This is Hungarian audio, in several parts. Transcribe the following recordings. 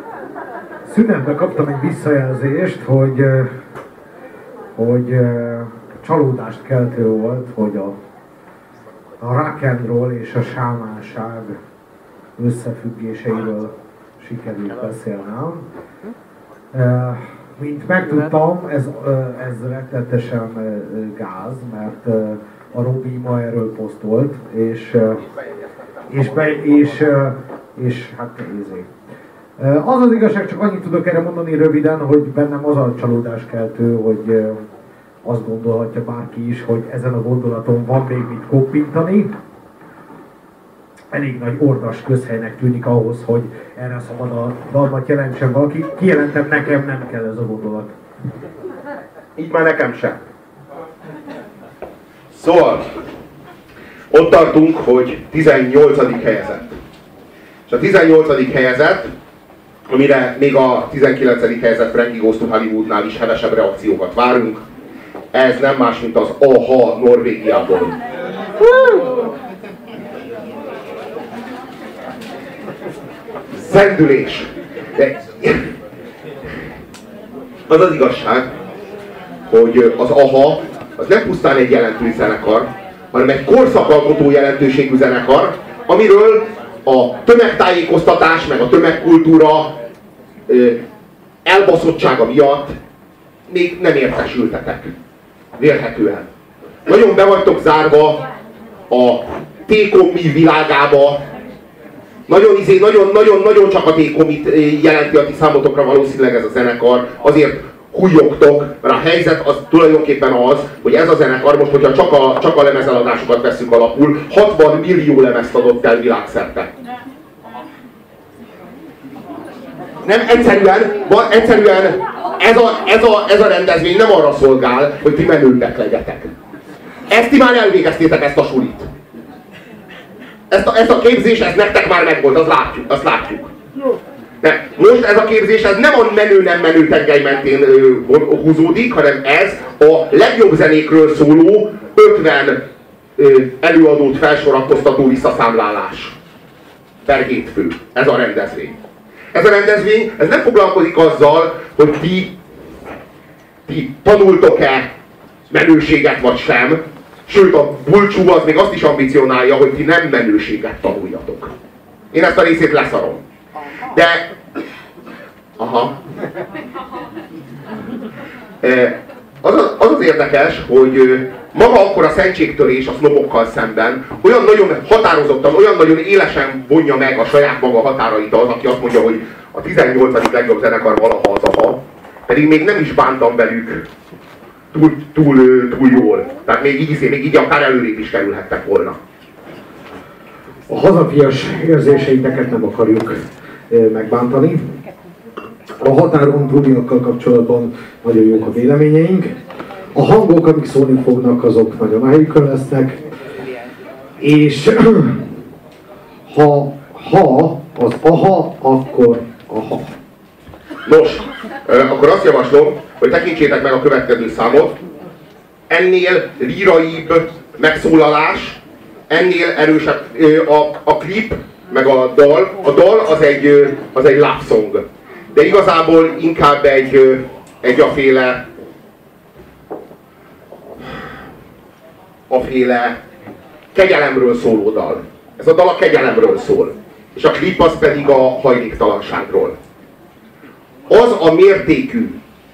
Szünetben kaptam egy visszajelzést, hogy csalódást keltő volt, hogy a rock and roll és a sámánság összefüggéseiről sikerült beszélnem. Mint megtudtam, ez rettenetesen gáz, mert a Robi ma erről posztolt, és hát nézzék. Az az igazság, csak annyit tudok erre mondani röviden, hogy bennem az a csalódáskeltő, hogy azt gondolhatja bárki is, hogy ezen a gondolaton van még mit koppintani. Elég nagy ordas közhelynek tűnik ahhoz, hogy erre szabad a dalmat jelentsen valaki. Kijelentem, nekem nem kell ez a gondolat. Így már nekem sem. Szóval, ott tartunk, hogy 18. helyezett. És a 18. helyezett, amire még a 19. helyezett Frankie Goes to Hollywoodnál is hevesebb reakciókat várunk, ez nem más, mint az AHA Norvégiából. Zendülés. De az az igazság, hogy az AHA az nem pusztán egy jelentős zenekar, hanem egy korszakalkotó jelentőségű zenekar, amiről a tömegtájékoztatás meg a tömegkultúra elbaszottsága miatt még nem értesültetek. Vélhetően. Nagyon be vagytok zárva a T-komi világába. Nagyon csak a T-komit jelenti a ti számotokra valószínűleg ez a zenekar. Azért hújogtok, mert a helyzet az tulajdonképpen az, hogy ez a zenekar most, hogyha csak a lemezeladásokat veszünk alapul, 60 millió lemezt adott el világszerte. Nem, egyszerűen ez a rendezvény nem arra szolgál, hogy ti menőbbek legyetek. Ezt ti már elvégeztétek, ezt a sulit. Ezt a képzés, ez nektek már megvolt, azt látjuk. Nem. Most ez a képzés ez nem a menő-nem menő tengely mentén húzódik, hanem ez a legjobb zenékről szóló 50 előadót felsorakoztató visszaszámlálás. Per hétfő. Ez a rendezvény. Ez a rendezvény ez nem foglalkozik azzal, hogy ti tanultok-e menőséget vagy sem, sőt a bulcsú az még azt is ambicionálja, hogy ti nem menőséget tanuljatok. Én ezt a részét leszarom. De... Aha. Az az érdekes, hogy maga akkor a szentségtörés a sznobokkal szemben olyan nagyon határozottan, olyan nagyon élesen vonja meg a saját maga határait az, aki azt mondja, hogy a 18. legjobb zenekar valaha az AHA, pedig még nem is bántam velük túl jól. Tehát még így akár előrébb is kerülhettek volna. A hazafias érzéseiteket nem akarjuk megbántani. A határon túliakkal kapcsolatban nagyon jók a véleményeink. A hangok, amik szólni fognak, azok nagyon a helyükön lesznek. És ha az AHA, akkor AHA. Nos, akkor azt javaslom, hogy tekintsétek meg a következő számot. Ennél líraibb megszólalás, ennél erősebb a klip, meg a dal. A dal az egy love song. De igazából inkább egy aféle kegyelemről szóló dal. Ez a dal a kegyelemről szól. És a klip az pedig a hajléktalanságról. Az a mértékű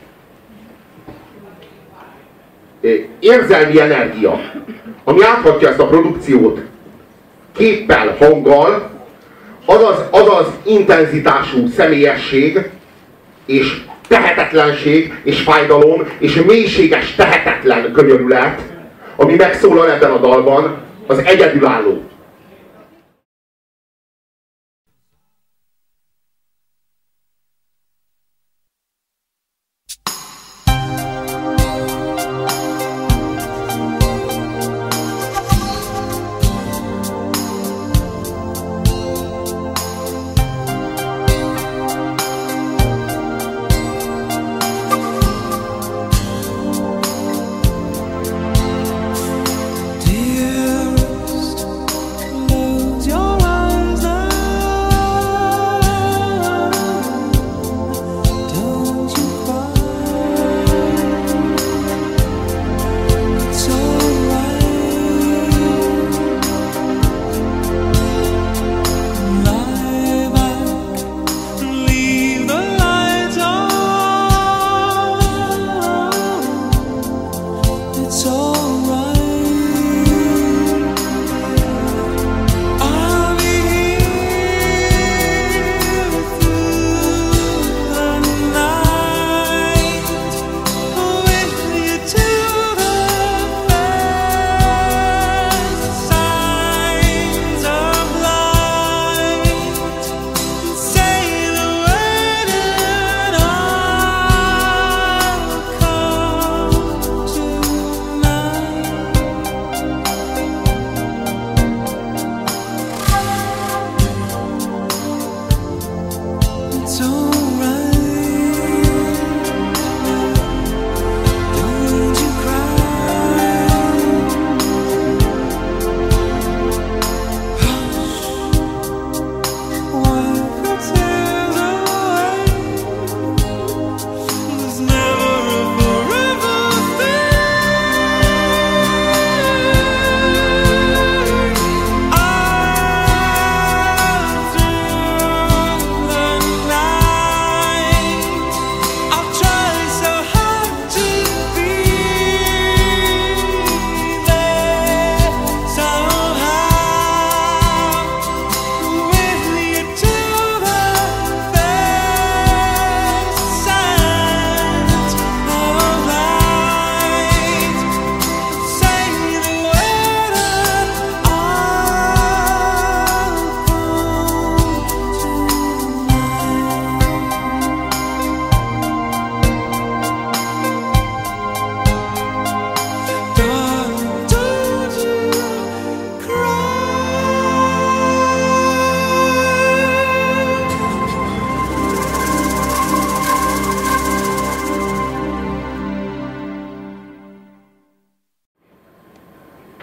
érzelmi energia, ami áthatja ezt a produkciót képpel, hanggal, az az intenzitású személyesség, és tehetetlenség, és fájdalom, és mélységes tehetetlen könyörület, ami megszólal ebben a dalban, az egyedülálló.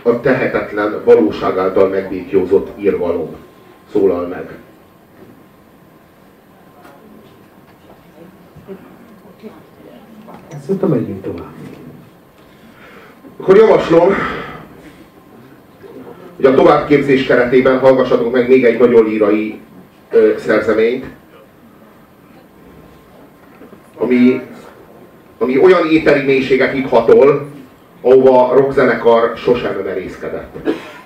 a tehetetlen valóság által megbékjózott irgalom szólal meg. Szerintem menjünk tovább. Akkor javaslom, hogy a továbbképzés keretében hallgassatok meg még egy nagyon lírai szerzeményt, ami olyan éteri mélységekig hatol, ahova a rockzenekar sosem merészkedett.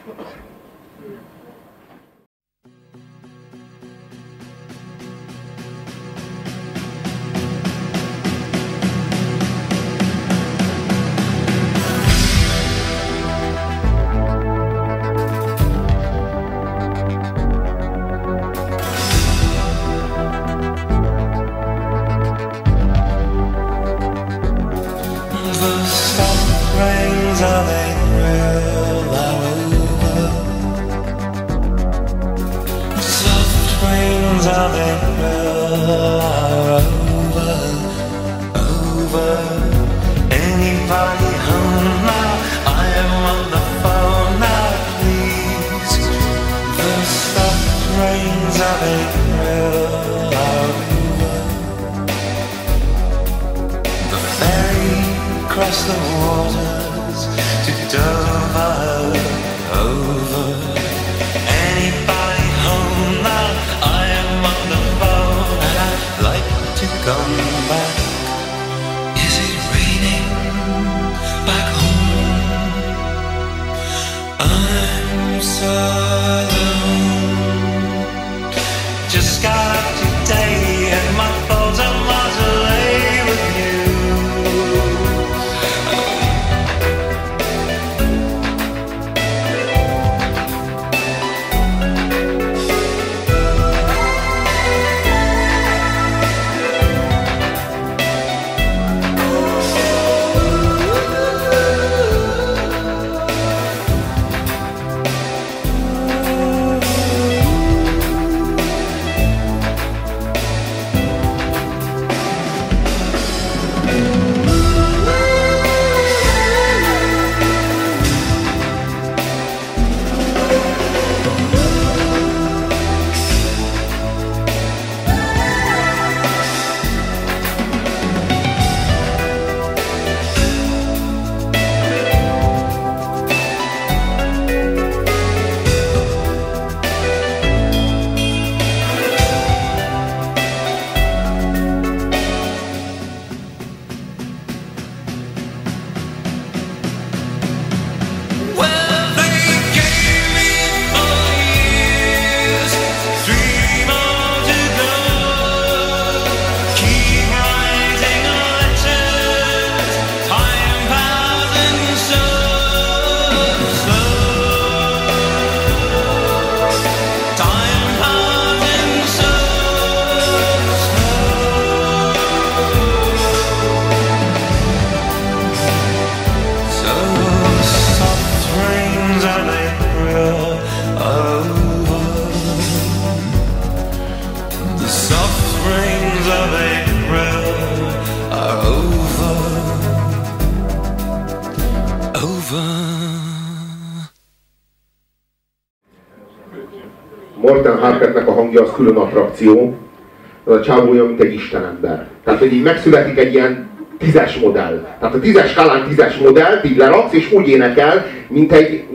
Morten Harketnek a hangja az külön attrakció. Az a csávó olyan, mint egy istenember. Tehát, hogy így megszületik egy ilyen 10-es modell. Tehát a 10-es skálán 10-es modellt így leraksz, és úgy énekel, mint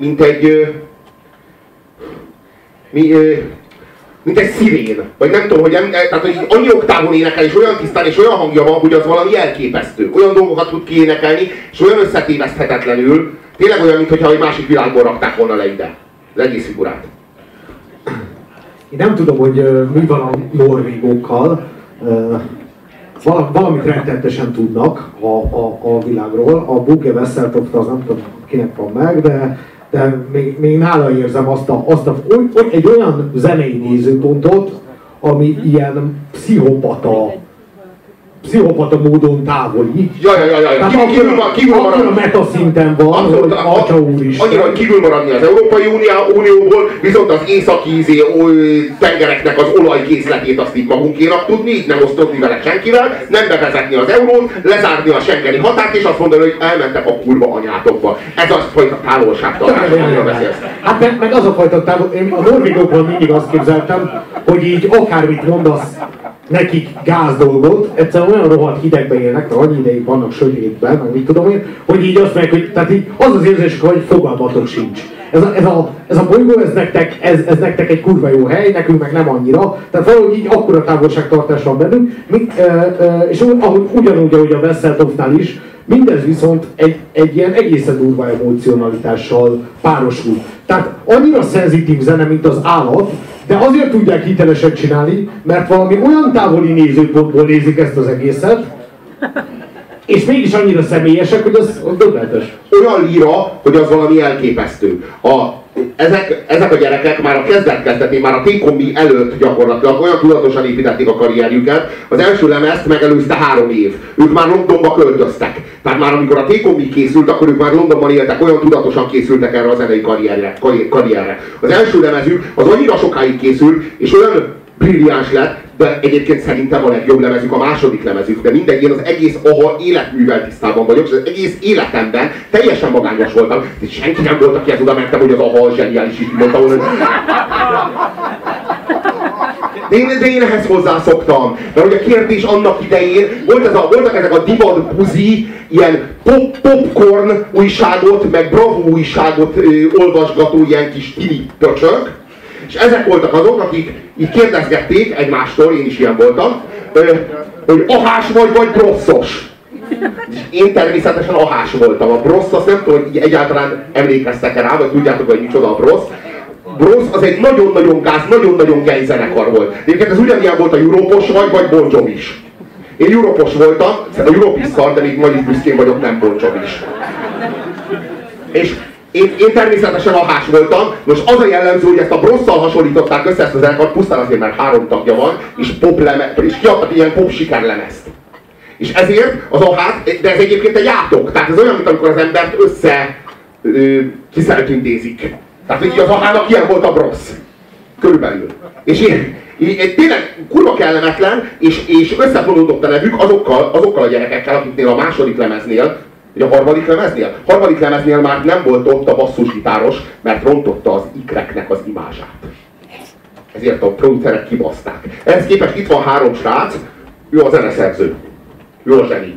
egy szirén. Vagy nem tudom, tehát, hogy annyi oktávon énekel, és olyan tisztán, és olyan hangja van, hogy az valami elképesztő. Olyan dolgokat tud kiénekelni, és olyan összetéveszthetetlenül. Tényleg olyan, mintha egy másik világból rakták volna le ide. Az egész figurát. Én nem tudom, hogy mi van a norvégokkal. Valamit rettenetesen tudnak a világról. A Bugge Wesseltoft az nem tudom, kinek van meg, de még nála érzem egy olyan zenei nézőpontot, ami ilyen pszichopata pszichopata módon távoli. Kívül maradni. A metaszinten van, hogy Atya Úristen. Annyira, hogy kívül maradni az Európai Unióból, viszont az északi tengereknek az olajkészletét azt így magunkénak tudni, így nem osztodni vele senkivel, nem bevezetni az eurót, lezárni a schengeni határt, és azt mondani, hogy elmentek a kurva anyátokba. Ez az fajta távolságtartás, amiről beszélsz. Hát meg az a fajta én a norvégokról mindig azt képzeltem, hogy így akármit mondasz nekik gáz dolgot, egyszerűen olyan rohadt hidegben élnek, mert annyi ideig vannak sötétben, meg mit tudom én, hogy így azt mondják, hogy tehát így az az érzés, hogy fogalmatok sincs. Ez a bolygó, ez nektek egy kurva jó hely, nekünk meg nem annyira, tehát valahogy így akkora távolságtartás van bennünk, és ugyanúgy, ahogy a Vesseltoftnál is, mindez viszont egy ilyen egészen durva emocionalitással párosul. Tehát annyira szenzitív zene, mint az állat, de azért tudják hitelesen csinálni, mert valami olyan távoli nézőpontból nézik ezt az egészet, és mégis annyira személyesek, hogy az döbbenetes. Olyan líra, hogy az valami elképesztő. Ezek a gyerekek már a kezdet-kezdetén, már a T-kombi előtt gyakorlatilag olyan tudatosan építették a karrierjüket, az első lemezt megelőzte 3 év. Ők már Londonba költöztek. Tehát már amikor a T-kombi készült, akkor ők már Londonban éltek, olyan tudatosan készültek erre a zenei karrierre. Az első lemezük az annyira sokáig készült, és olyan brilliáns lett, de egyébként szerintem a legjobb lemezük a második lemezük, de mindegy, én az egész életművel tisztában vagyok, és az egész életemben teljesen magányos voltam, és senki nem volt, aki oda mentem, hogy az AHA zseniális, így mondta volna. De én ehhez hozzászoktam, mert ugye a kérdés annak idején voltak ezek a divat buzi, ilyen popcorn újságot, meg Bravo újságot olvasgató ilyen kis tini pöcsök, és ezek voltak azok, akik így kérdezgették egymástól, én is ilyen voltam, hogy ahás vagy brosszos. És én természetesen ahás voltam. A brossz, azt nem tudom, hogy egyáltalán emlékeztek rá, vagy tudjátok, hogy micsoda a brossz. Brossz az egy nagyon-nagyon gáz, nagyon-nagyon gej zenekar volt. Egyébként ez ugyanilyen volt a Europos vagy Bon Jovi is. Én Europos voltam, a Europe is szar, de még majd is büszkén vagyok, nem Bon Jovi is. És én természetesen ahás voltam, most az a jellemző, hogy ezt a brosszal hasonlították össze ezt a zenekart, pusztán azért, mert 3 tagja van, és kiadtak ilyen pop sikerlemezt. És ezért az ahát, de ez egyébként egy átok, tehát ez olyan, mint amikor az embert kiszeltündézik. Tehát így az ahának ilyen volt a brossz. Körülbelül. És én tényleg kurva kellemetlen, és összefonódott a nevük azokkal a gyerekekkel, akiknél a második lemeznél, vagy a harmadik lemeznél már nem volt ott a basszusgitáros, mert rontotta az ikreknek az imázsát. Ezért a producerek kibaszták. Ehhez képest itt van 3 srác, ő a zeneszerző. Ő a zseni.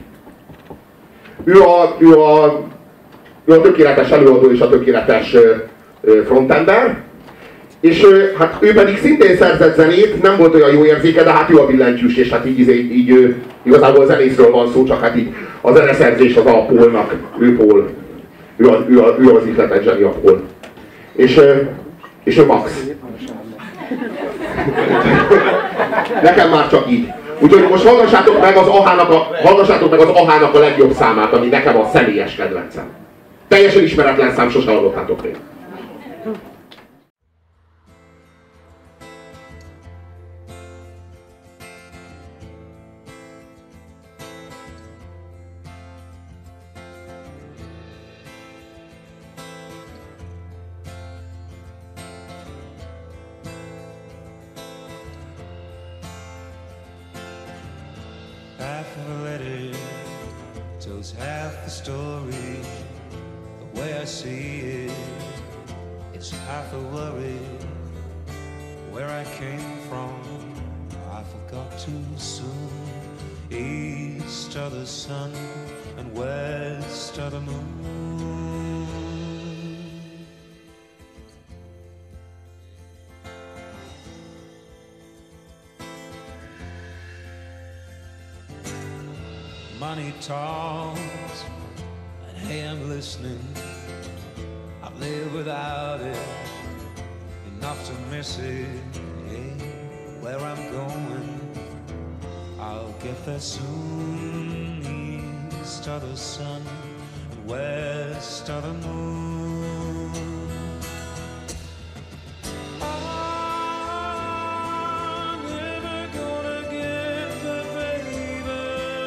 Ő a tökéletes előadó és a tökéletes frontember. És hát ő pedig szintén szerzett zenét, nem volt olyan jó érzéke, de hát ő a billentyűs, és hát így igazából zenészről van szó, csak hát így a zeneszerzés az a Paulnak, ő Paul. Ő az ihletet zseni, a Paul. És ő Max. Nekem már csak így. Úgyhogy most hallgassátok meg az Ahának a legjobb számát, ami nekem a személyes kedvencem. Teljesen ismeretlen szám, sose hallottátok még. Half the story, the way I see it, it's half a worry. Where I came from, I forgot too soon. East of the sun and west of the moon. Money talks, and hey, I'm listening. I've lived without it, enough to miss it. Yeah, where I'm going, I'll get there soon. East of the sun and west of the moon. I'm never gonna get the favor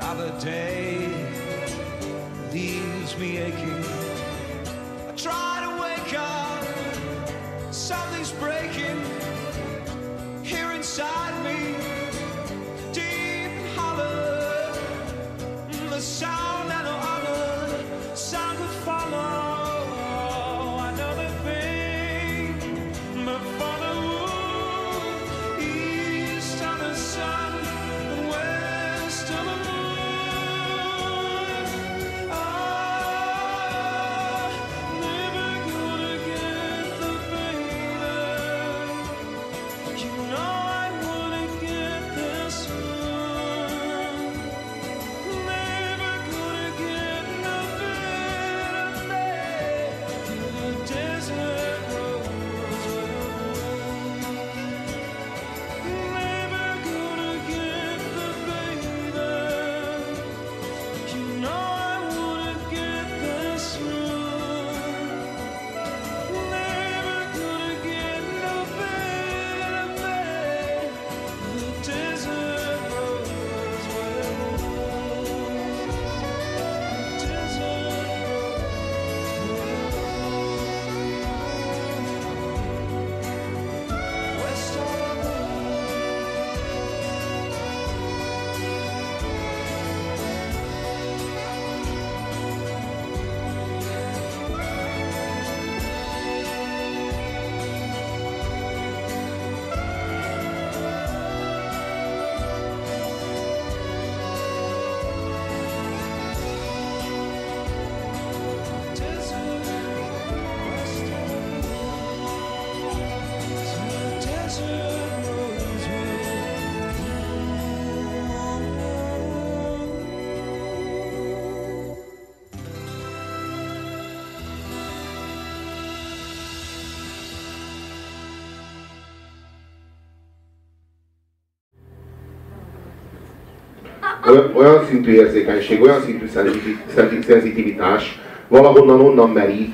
Another day leaves me aching. I try to wake up, something's breaking here inside me, deep and hollow. The sound that no other sound could follow. Another thing, but for the wound, east of the sun, west of the moon. Never gonna get the baby. You know I wanna get there soon. Never gonna get no better. The desert rose never gonna get the baby. You know I wanna get there soon. Never gonna get no better. The desert rose west of the olyan szintű érzékenység, olyan szintű szenzitivitás valahonnan onnan merít,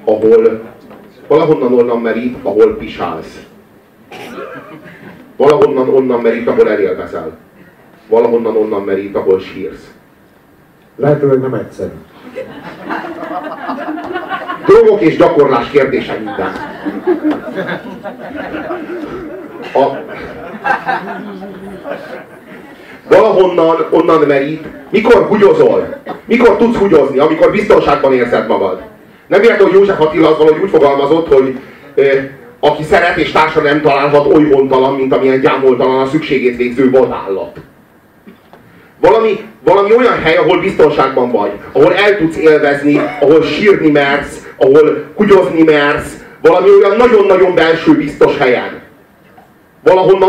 ahol pisálsz. Valahonnan onnan merít, ahol elélvezel. Valahonnan onnan merít, ahol sírsz. Lehetőleg nem egyszerű. Drogok és gyakorlás kérdése minden. Valahonnan onnan merít, mikor húgyozol, mikor tudsz húgyozni, amikor biztonságban érzed magad. Nem véletlen, hogy József Attila az valahogy úgy fogalmazott, hogy aki szeret és társa nem találhat oly hontalan, mint amilyen gyámoltalan a szükségét végző vadállat. Valami olyan hely, ahol biztonságban vagy, ahol el tudsz élvezni, ahol sírni mersz, ahol húgyozni mersz, valami olyan nagyon-nagyon belső biztos helyen. Valahonnan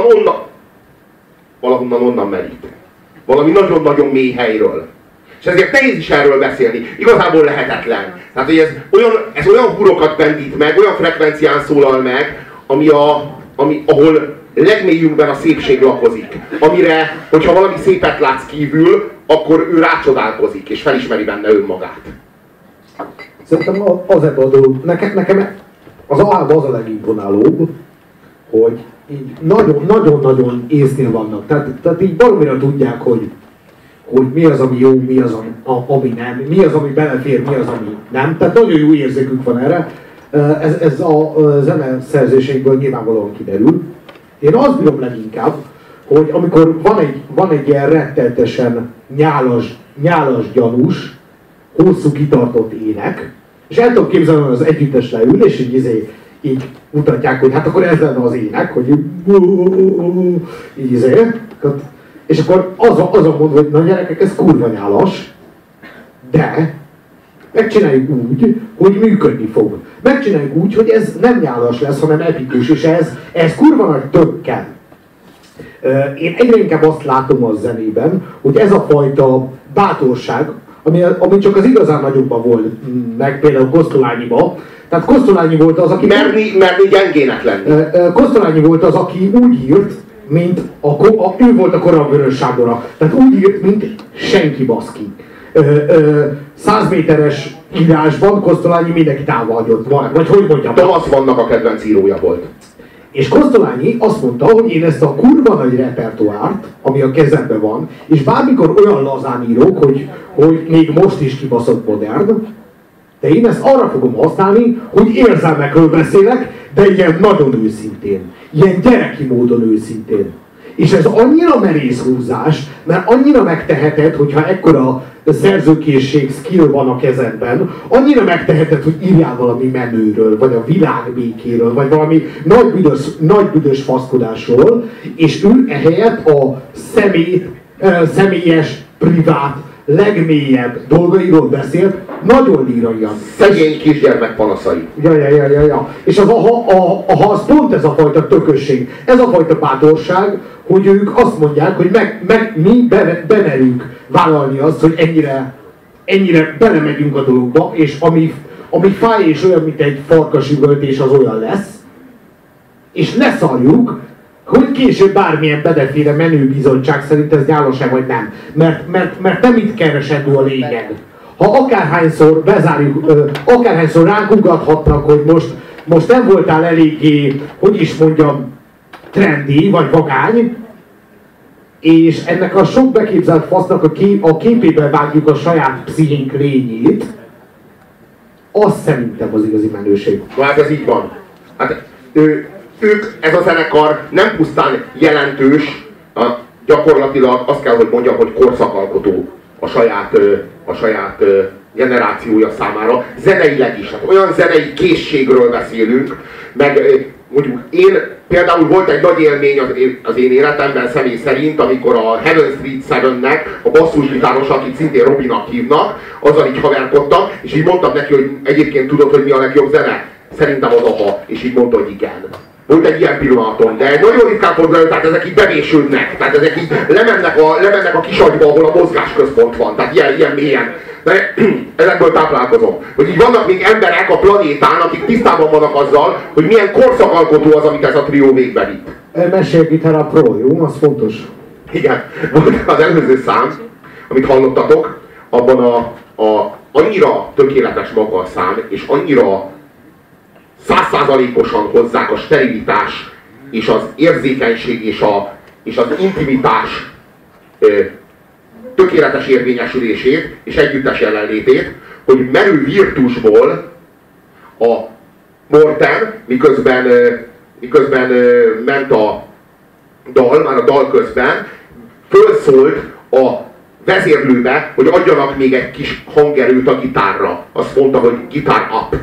onnan merít. Valami nagyon-nagyon mély helyről. És ezért nehéz is erről beszélni. Igazából lehetetlen. Tehát, hogy ez olyan hurokat bendít meg, olyan frekvencián szólal meg, ahol legmélyünkben a szépség lakozik. Amire, hogyha valami szépet látsz kívül, akkor ő rácsodálkozik, és felismeri benne önmagát. Szerintem az ebben a dolog, nekem az állam az a legimponálóbb, hogy így nagyon-nagyon észnél vannak. Tehát így baromira tudják, hogy mi az, ami jó, mi az, ami nem, mi az, ami belefér, mi az, ami nem. Tehát nagyon jó érzékük van erre. Ez a zeneszerzéseikből nyilvánvalóan kiderül. Én azt bírom leginkább, hogy amikor van egy ilyen rettenetesen nyálas gyanús, hosszú kitartott ének, és el tudom képzelni, hogy az együttes leül, és így mutatják, hogy hát akkor ez lenne az ének, hogy így és akkor azon mondva, hogy na gyerekek, ez kurva nyálas, de megcsináljuk úgy, hogy működni fog. Megcsináljuk úgy, hogy ez nem nyálas lesz, hanem epikus, és ez kurva nagy tökkel. Én egyre inkább azt látom a zenében, hogy ez a fajta bátorság, ami csak az igazán nagyobban volt, meg például Kosztolányiban. Tehát Kosztolányi volt az, aki... Merni gyengének lenni. Kosztolányi volt az, aki úgy írt, mint ő volt a korai Vörös Sándora. Tehát úgy írt, mint senki baszki. 100 méteres írásban Kosztolányi mindenki távolhagyott. Vagy hogy mondjam? Thomas Mannnak a kedvenc írója volt. És Kosztolányi azt mondta, hogy én ezt a kurva nagy repertoárt, ami a kezemben van, és bármikor olyan lazán írok, hogy még most is kibaszott modern, de én ezt arra fogom használni, hogy érzelmekről beszélek, de ilyen nagyon őszintén. Ilyen gyereki módon őszintén. És ez annyira merész húzás, mert annyira megteheted, hogyha ekkora szerzőkészség, skill van a kezedben, annyira megteheted, hogy írjál valami menőről, vagy a világ békéről, vagy valami nagy büdös faszkodásról, és ő ehelyett a személyes, privát, legmélyebb dolgairól beszélt, nagyon líraian. Szegény kisgyermek panaszai. Ja. És az pont ez a fajta tökösség, ez a fajta bátorság, hogy ők azt mondják, hogy mi bemerünk vállalni azt, hogy ennyire belemegyünk a dologba, és ami fáj és olyan, mint egy farkasüvöltés, az olyan lesz, és leszarjuk, hogy később bármilyen bedeféle menőbizottság szerint ez gyáloság vagy nem. Mert nem itt keresendő a lényeg. Ha akárhányszor bezárjuk, akárhányszor ránk ugathatnak, hogy most nem voltál eléggé, hogy is mondjam, trendi vagy vagány, és ennek a sok beképzelt fasznak a képébe vágjuk a saját pszichénk lényét, az szerintem az igazi menőség. Hát ez így van. Hát ők, ez a zenekar nem pusztán jelentős, gyakorlatilag azt kell, hogy mondjam, hogy korszakalkotó a saját generációja számára, zeneileg is. Hát olyan zenei készségről beszélünk, meg mondjuk például volt egy nagy élmény az én életemben személy szerint, amikor a Heaven Street 7-nek a basszusgitáros, akit szintén Robinak hívnak, azzal így haverkodtam, és így mondtam neki, hogy egyébként tudod, hogy mi a legjobb zene? Szerintem az ABBA, és így mondta, hogy igen. Volt egy ilyen pillanatom, de nagyon ritkán fordul elő, tehát ezek így bevésődnek, tehát ezek így lemennek a kisagyba, ahol a mozgásközpont van, tehát ilyen mélyen. De ezekből táplálkozom. Hogy így vannak még emberek a planétán, akik tisztában vannak azzal, hogy milyen korszakalkotó az, amit ez a trió végbe vitt. Mesélgitara Pro, jó? Az fontos. Igen. Az előző szám, amit hallottatok, abban annyira tökéletes maga a szám, és annyira 100%-osan hozzák a sterilitás, és az érzékenység, és az intimitás tökéletes érvényesülését és együttes jelenlétét, hogy merő virtusból a Morten, miközben ment a dal, már a dal közben, fölszólt a vezérlőbe, hogy adjanak még egy kis hangerőt a gitárra. Azt mondta, hogy guitar up.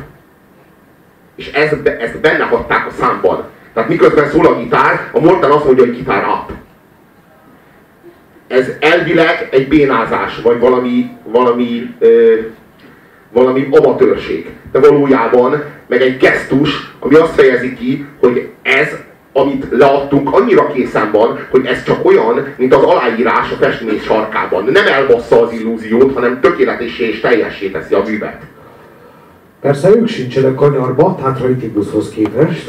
És ezt benne hagyták a számban. Tehát miközben szól a gitár, a Morten azt mondja, hogy guitar up. Ez elvileg egy bénázás, vagy valami amatőrség. De valójában meg egy gesztus, ami azt fejezi ki, hogy ez, amit leadtunk, annyira készen van, hogy ez csak olyan, mint az aláírás a festmény sarkában. Nem elbassza az illúziót, hanem tökéletessé és teljessé teszi a művet. Persze ők sincsenek kanyarba, Tátrai Tibuszhoz képest.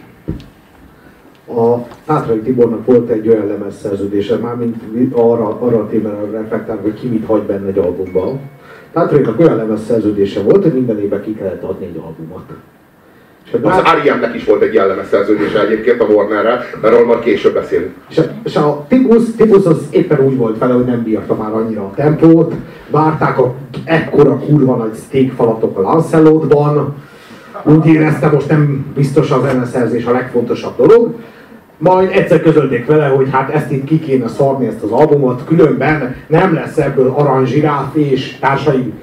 A Tátrai Tibornak volt egy olyan lemezszerződése, mármint arra a témára reflektál, hogy ki mit hagy benne egy albumban. Tátrainak olyan lemezszerződése volt, hogy minden évben ki kellett adni egy albumot. Az R.E.M.-nek is volt egy ilyen lemezszerződése egyébként a Warnerrel, mert arról majd később beszélünk. És a Tibusz az éppen úgy volt vele, hogy nem bírta már annyira a tempót, várták ekkora kurva nagy steakfalatok a Lancelotban, úgy érezte, most nem biztos a zeneszerzés a legfontosabb dolog, majd egyszer közölték vele, hogy hát ezt itt ki kéne szarni, ezt az albumot, különben nem lesz ebből Aranzsiráf és társai.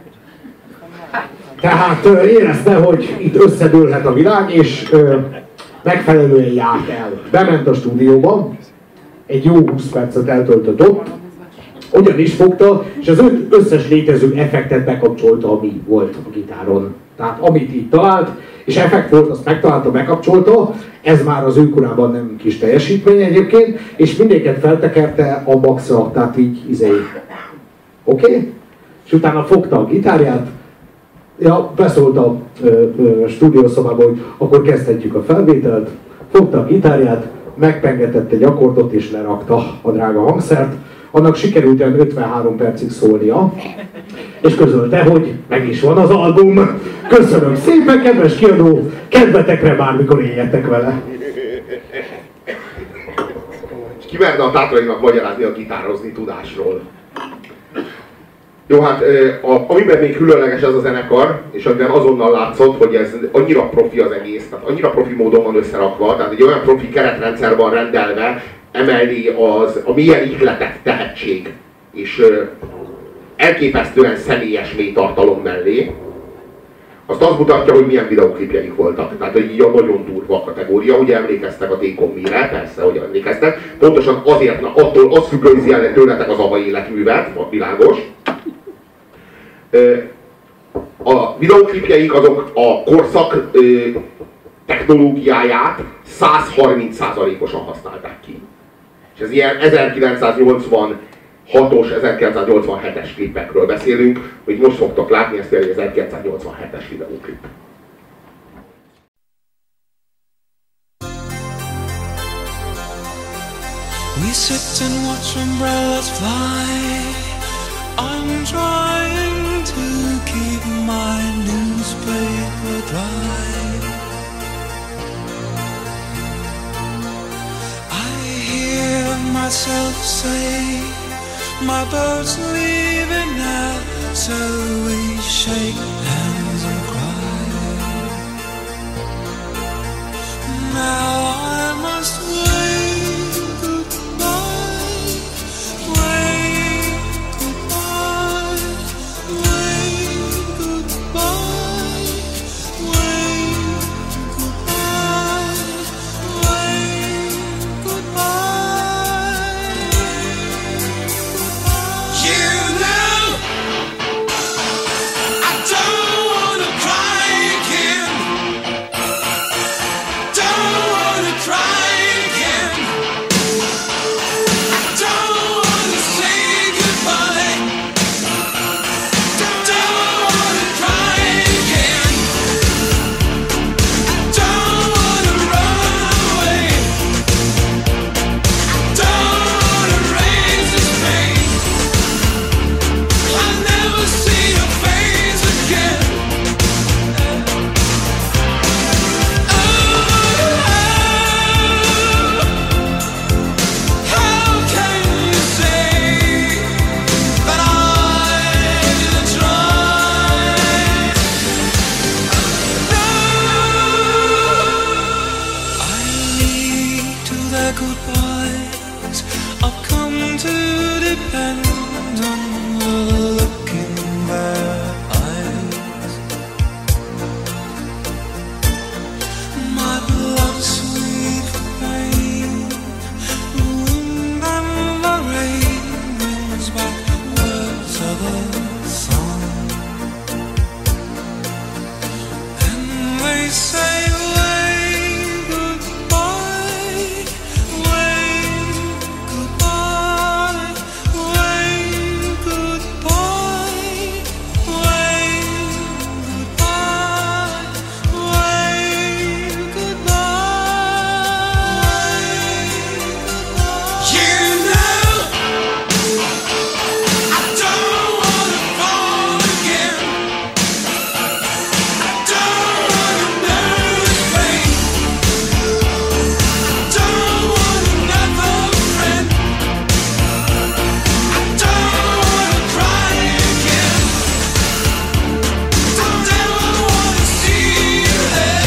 Tehát érezte, hogy itt összedőlhet a világ, és megfelelően járt el. Bement a stúdióba, egy jó 20 percet eltöltött ott, ugyanis fogta, és az összes létező effektet bekapcsolta, ami volt a gitáron. Tehát amit itt talált, és effekt volt, azt megtalálta, bekapcsolta, ez már az ő korában nem kis teljesítmény egyébként, és mindéket feltekerte a maxra, tehát így Oké? És utána fogta a gitárját, beszólt a stúdiószobába, hogy akkor kezdhetjük a felvételt, fogta a gitárját, megpengetett egy akkordot és lerakta a drága hangszert, annak sikerült 53 percig szólnia, és közölte, hogy meg is van az album. Köszönöm szépen, kedves kiadó, kedvetekre bármikor éljetek vele. Ki merne a Tátrainak magyarázni a gitározni tudásról? Jó, hát amiben még különleges ez a zenekar, és amiben azonnal látszott, hogy ez annyira profi az egész, tehát annyira profi módon van összerakva, tehát egy olyan profi keretrendszer van rendelve, emellé a milyen ihletett tehetség, és elképesztően személyes mély tartalom mellé, azt mutatja, hogy milyen videóklipjeik voltak. Tehát, hogy így a nagyon durva kategória, ugye emlékeztek a T-Commire, persze, hogy emlékeztek. Pontosan azért, attól az függőzi el tőletek az ABBA életművet, világos. A videóklipjeik azok a korszak technológiáját 130%-osan használták ki. És ez ilyen 1986-os, 1987-es klipekről beszélünk, hogy most fogtok látni, ezt például 1987-es videóklip. We sit and watch umbrellas fly. I'm trying to keep my newspaper dry. I hear myself say, my boat's leaving now, so we shake hands and cry. Now I must wave goodbye, wave goodbye, wave goodbye, wave goodbye, wave goodbye. You know, I don't wanna cry again. Don't wanna cry again. I don't wanna say goodbye. Don't wanna cry again. I don't wanna run away. I don't wanna raise this pain. I'll never see your face again. How can you say that I didn't try? No, I lead to their goodbyes. I've come to depend on the look in their eyes. My blood's sweet pain, the wind and the rain brings back words of a song. And they say, wave goodbye, wave goodbye, wave goodbye, wave goodbye, wave goodbye. You know, I don't wanna fall again. I don't wanna know this pain. I don't want another friend. I don't wanna cry again. Don't ever wanna see your head.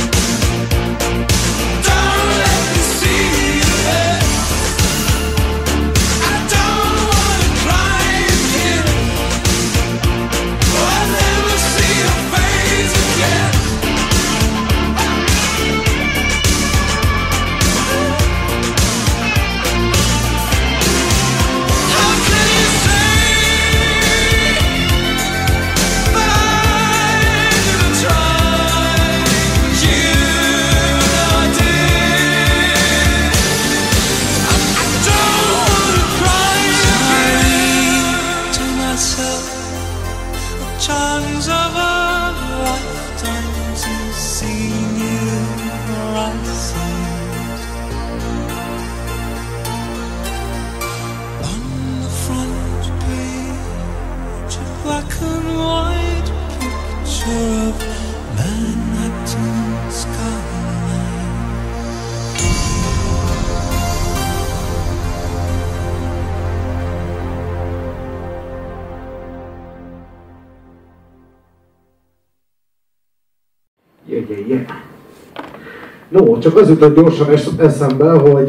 Don't let me see your head. I don't wanna cry again. I'll never see your face again. How can you say that I didn't try? You know I did. I don't wanna cry again. To myself, the charms of a lifetime to see new horizons. On the front page, a black and white picture of Manhattan skyline. Yeah. No, csak az jutott gyorsan eszembe,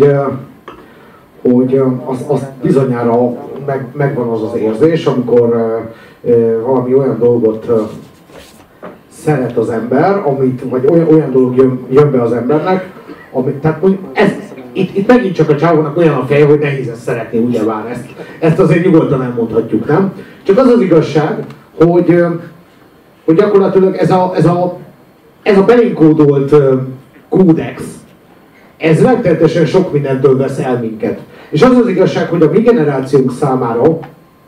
hogy az bizonyára megvan az az érzés, amikor valami olyan dolgot szeret az ember, vagy olyan dolog jön be az embernek, tehát itt megint csak a csávónak olyan a feje, hogy nehéz ezt szeretni, ugyebár ezt azért nyugodtan elmondhatjuk, nem? Csak az az igazság, hogy gyakorlatilag ez a belénkódolt kódex, ez rettenetesen sok mindentől vesz el minket. És az az igazság, hogy a mi generációnk számára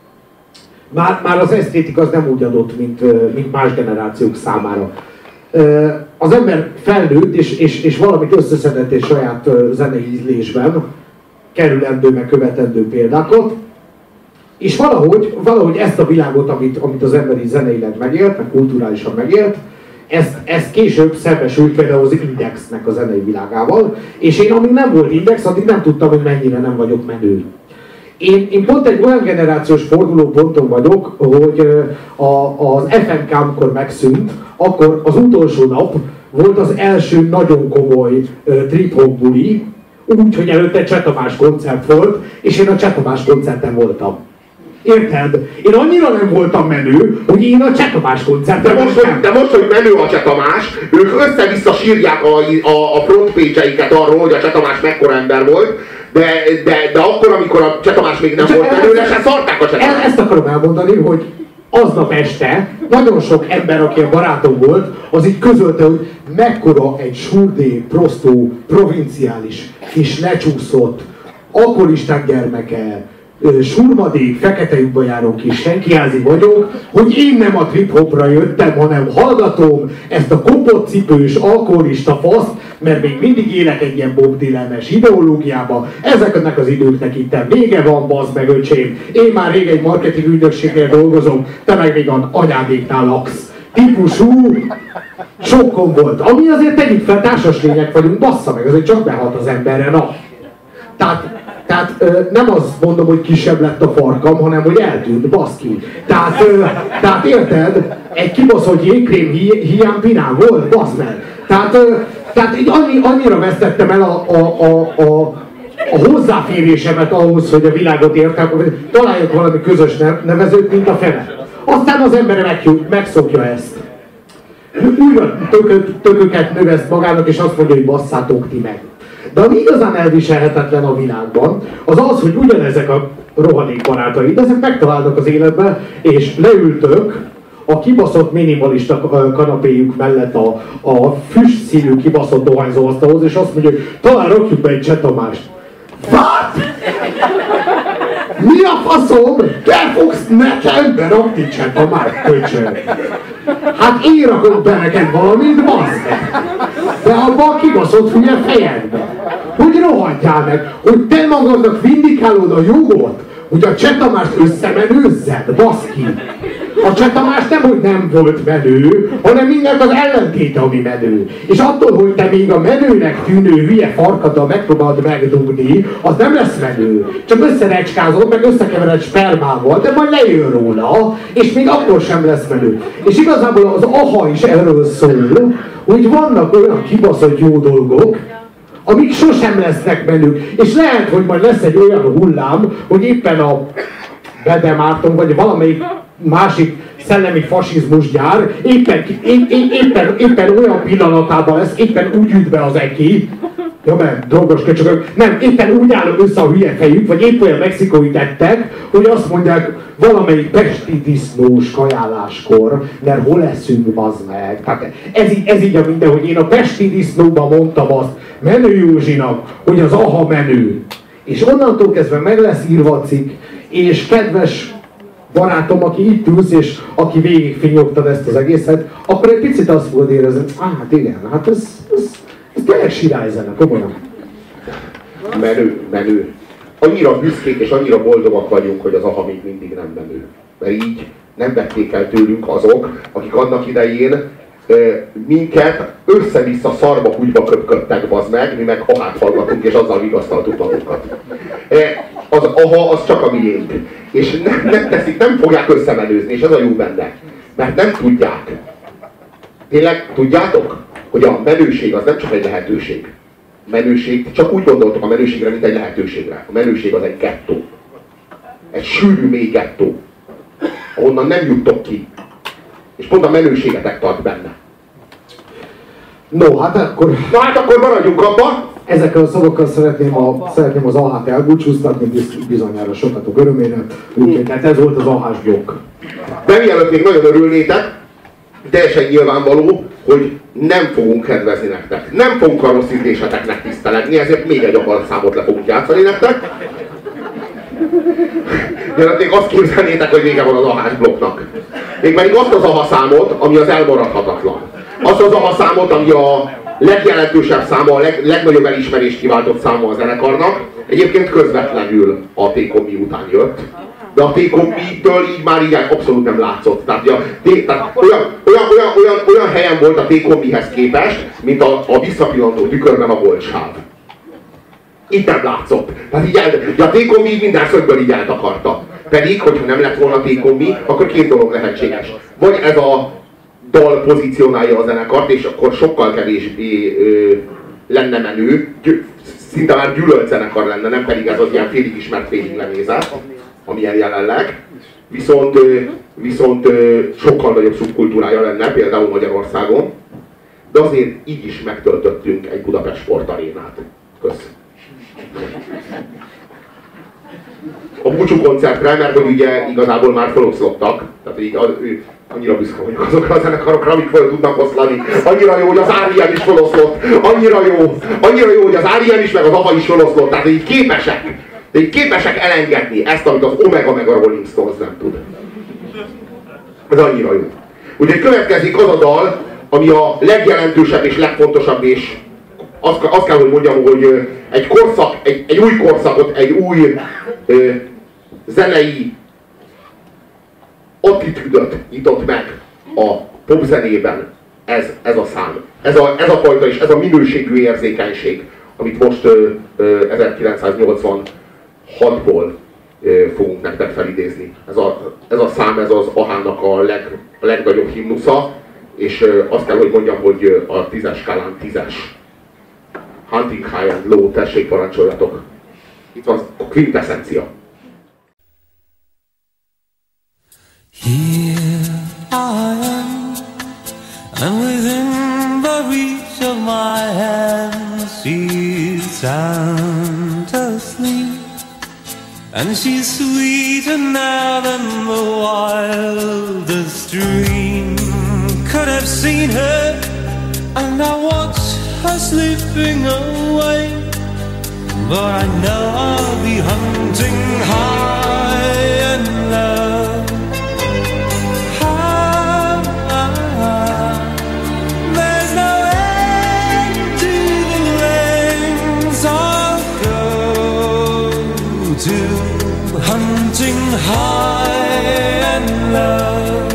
már az esztétika az nem úgy adott, mint más generációk számára. Az ember felnőtt, és valamit összeszedett egy saját zenei ízlésben, kerülendő, meg követendő példákat, és valahogy ezt a világot, amit az emberi zeneileg megélt, meg kulturálisan megélt, ezt később szembesült például az Indexnek a zenei világával, és én amíg nem volt Index, addig nem tudtam, hogy mennyire nem vagyok menő. Én pont egy olyan generációs fordulóponton vagyok, hogy az FNK, amikor megszűnt, akkor az utolsó nap volt az első nagyon komoly trip-hop buli, úgy, hogy előtte Cseh Tamás koncert volt, és én a Cseh Tamás koncerten voltam. Érted? Én annyira nem voltam menő, hogy én a Cseh Tamás koncerten voltam. De most, hogy menő a Cseh Tamás, ők össze-vissza sírják a frontpage-eiket arról, hogy a Cseh Tamás mekkora ember volt, de akkor, amikor a Cseh Tamás még nem volt menő, se szarták a Cseh Tamást. Ezt akarom elmondani, hogy aznap este nagyon sok ember, aki a barátom volt, az így közölte, hogy mekkora egy surdé, prostó, provinciális, kis lecsúszott, alkoholistán gyermeke, surmadék, fekete lyukba járó kis senkiházi vagyok, hogy én nem a trip-hopra jöttem, hanem hallgatom ezt a kopott cipős, alkoholista faszt, mert még mindig élek egy ilyen Bob Dylan-es ideológiába. Ezeknek az időknek itt vége van, bazd meg öcsém. Én már rég egy marketing ügynökségnél dolgozom, te meg még az anyádéknál laksz. Típusú sokkom volt. Ami azért tegyük fel, társas lények vagyunk, bassza meg, azért csak behat az emberre, na. Tehát nem azt mondom, hogy kisebb lett a farkam, hanem hogy eltűnt, baszki. Tehát érted? Egy kibaszott jégkrém hiány pinám volt, basz meg. Tehát így annyira vesztettem el a hozzáférésemet ahhoz, hogy a világot értem, hogy találjak valami közös nevezőt, mint a fene. Aztán az ember megszokja ezt. Újra tököket növeszt magának, és azt mondja, hogy basszátok ti meg. De ami igazán elviselhetetlen a világban, az az, hogy ugyanezek a rohadék barátaid, ezek megtalálnak az életben, és leültök a kibaszott minimalista kanapéjuk mellett a füstszínű kibaszott dohányzóasztalhoz, és azt mondja, hogy talán rakjuk be egy Cseh Tamást. What? Mi a faszom? Te fogsz nekem berakni Cseh Tamást, köcsög? Hát én rakok be neked valamit, bazd meg! De abba a kibaszott hülye fejedbe. Hogy rohadjál meg, hogy te magadnak vindikálod a jogot, hogy a Cseh Tamást összemenőzzed, baszki! A Cseh Tamás nem, hogy nem volt menő, hanem mindent az ellentéte, ami menő. És attól, hogy te még a menőnek tűnő hülye farkaddal megpróbálod megdugni, az nem lesz menő. Csak összerecskázod, meg összekevered spermával, de majd lejön róla, és még akkor sem lesz menő. És igazából az aha is erről szól, hogy vannak olyan kibaszott jó dolgok, amik sosem lesznek menők. És lehet, hogy majd lesz egy olyan hullám, hogy éppen a Bede Márton, vagy valamelyik másik szellemi fasizmus gyár éppen olyan pillanatában lesz, éppen úgy üt be az eki, ja, mert drogos köcsögök, nem, éppen úgy áll össze a hülye fejük, vagy épp olyan mexikói tettek, hogy azt mondják valamelyik pesti disznós kajáláskor, mert hol leszünk, bazd meg. Tehát ez így a minden, hogy én a pesti disznóban mondtam azt Menő Józsinak, hogy az aha menő. És onnantól kezdve meg lesz írva a cikk, és kedves barátom, aki itt ülsz, és aki végigfinyogtad ezt az egészet, akkor egy picit azt fogod érezni, hát igen, hát ez tényleg sirályzene, komolyan. Menő. Annyira büszkék és annyira boldogak vagyunk, hogy az aha még mindig nem menő. Mert így nem vették el tőlünk azok, akik annak idején minket össze-vissza szarba húgyba köpködtek, bazd meg, mi meg ahát hallgatunk, és azzal vigasztaltuk magunkat. Az aha, az csak a miénk. És nem teszik, nem fogják összemenőzni, és ez a jó benne. Mert nem tudják. Tényleg tudjátok? hogy a menőség az nem csak egy lehetőség. Menőség, csak úgy gondoltok a menőségre, mint egy lehetőségre. A menőség az egy gettó. Egy sűrű, mély gettó. Ahonnan nem juttok ki. És pont a menőségetek tart benne. No, hát akkor maradjunk abba. Ezekkel a szavakkal szeretném az AH-t elbúcsúztatni, bizonyára sokatok örömére. Úgyhogy hát ez volt az AH-s blokk. De mielőtt még nagyon örülnétek, teljesen nyilvánvaló, hogy nem fogunk kedvezni nektek. Nem fogunk a rossz ízléseteknek tisztelegni, ezért még egy aparatszámot le fogunk játszani nektek. Még azt képzelnétek, hogy vége van az AH-s blokknak. Mégpedig azt az AHA számot, ami az elmaradhatatlan. Azt az AHA számot, ami a legjelentősebb száma, a legnagyobb elismerést kiváltott száma a zenekarnak. Egyébként közvetlenül a T-Kombi után jött. De a T-Kombitől így már így abszolút nem látszott. Tehát olyan helyen volt a T-Kombihez képest, mint a visszapillantó tükörben a boltsáv. Itt nem látszott. Tehát így a T-Kombi minden szögből így eltakarta. Pedig, hogyha nem lett volna T-Kombi, akkor két dolog lehetséges. Vagy ez a dal pozícionálja a zenekart, és akkor sokkal kevésbé lenne menő, szinte már gyűlölt zenekar lenne, nem pedig ez az ilyen félig ismert, félig lenézett, amilyen jelenleg. Viszont sokkal nagyobb szubkultúrája lenne, például Magyarországon, de azért így is megtöltöttünk egy Budapest sportarénát. Köszönöm. A búcsú koncertre, mert hogy ugye igazából már feloszlottak, tehát így annyira büszke vagyok azokra a zenekarokra, amik fel tudnak oszlani. Annyira jó, hogy az R.E.M. is feloszlott, annyira jó, hogy az R.E.M. is, meg az AHA is feloszlott, tehát így képesek elengedni ezt, amit az Omega meg a Rolling Stones nem tud. Ez annyira jó. Úgyhogy következik az a dal, ami a legjelentősebb és legfontosabb, és azt kell, hogy mondjam, hogy egy új korszakot, egy új zenei attitűdöt nyitott meg a popzenében ez a szám. Ez a fajta és ez a minőségű érzékenység, amit most 1986-ból fogunk nektek felidézni. Ez a szám, ez az AHA-nak a legnagyobb himnusza, és azt kell, hogy mondjam, hogy a 10-es skálán 10-es. Hunting High and Low, tessék, parancsoljatok. Itt van a quintessencia. Here I am, and within the reach of my hand, she's sound asleep, and she's sweeter now than the wildest dream could have seen her, and I watch her slipping away, but I know I'll be hunting high and low. There's no end to the lengths I'll go to, hunting high and low.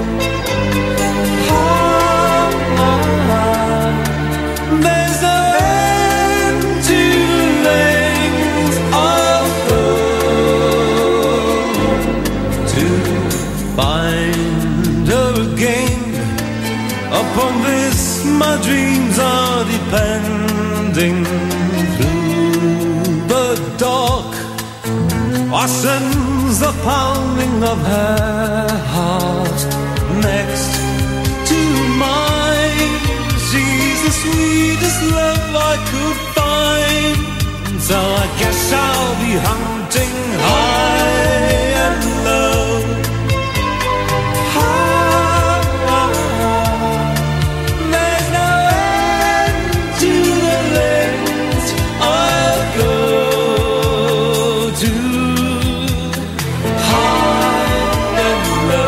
Upon this my dreams are depending. Through the dark I sense the pounding of her heart next to mine. She's the sweetest love I could find, so I guess I'll be hunting high and low. High and low.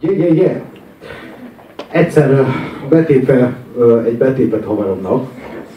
Egyszer betépve egy betépet haveromnak,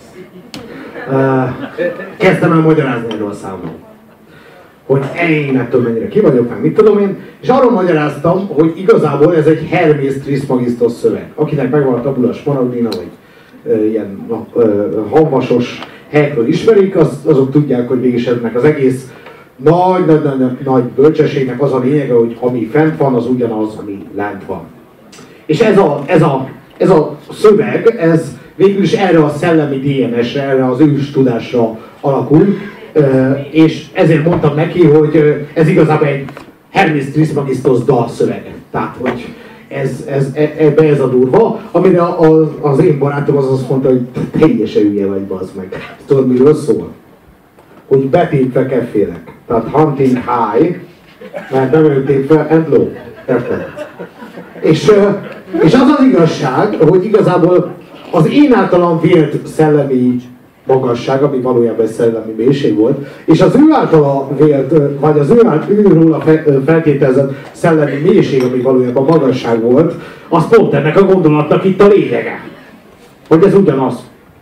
kezdtem el magyarázni erről a számon. Hogy én ettől mennyire ki vagyok, meg mit tudom én, és arról magyaráztam, hogy igazából ez egy Hermes Trismegistos szöveg. Akinek megvan a tabula smaragdina, vagy ilyen hamvasos helyekről ismerik, azok tudják, hogy mégis ennek az egész nagy bölcsességnek az a lényege, hogy ami fent van, az ugyanaz, ami lent van. És ez a szöveg, ez végül is erre a szellemi DNS-re, erre az ős tudásra alakul, és ezért mondtam neki, hogy ez igazából egy Hermes Trismegistos dalszöveg. Tehát, hogy ebbe ez a durva, amire az én barátom az azt mondta, hogy teljesen hülye vagy, bazd meg. Tudod, miről szól? Hogy betépve keffélek. Tehát hunting high, mert nem öltépve and low. Érted? És az az igazság, hogy igazából az én általam vélt szellemi magasság, ami valójában egy szellemi mélység volt, és az ő általa vélt, vagy az őróla feltételezett szellemi mélység, ami valójában magasság volt, az pont ennek a gondolatnak itt a lényege. Hogy ez ugyanaz.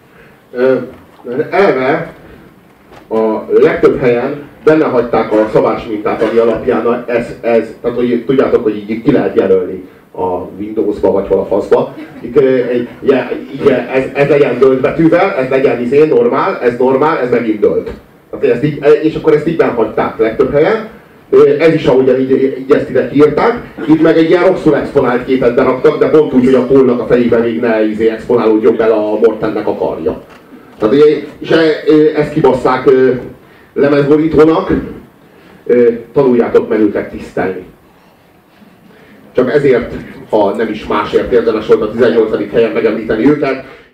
Elve a legtöbb helyen benne hagyták a szabás mintát, ami alapján tehát hogy tudjátok, hogy így ki lehet jelölni a Windowsba vagy hol a faszba. Ez legyen dölt betűvel, ez legyen normál, ez megint dölt. És akkor ezt így benhagyták legtöbb helyen. Ez is ahogyan így ezt ide kiírták. Itt meg egy ilyen rosszul exponált képet beraktak, de pont úgy, hogy a Paulnak a fejében még ne exponálódjon bele a Mortennek a karja. Tehát, és ezt kibasszák lemezborítónak, tanuljátok menőket tisztelni. Csak ezért, ha nem is másért érdemes volt a 18. helyen megemlíteni őket,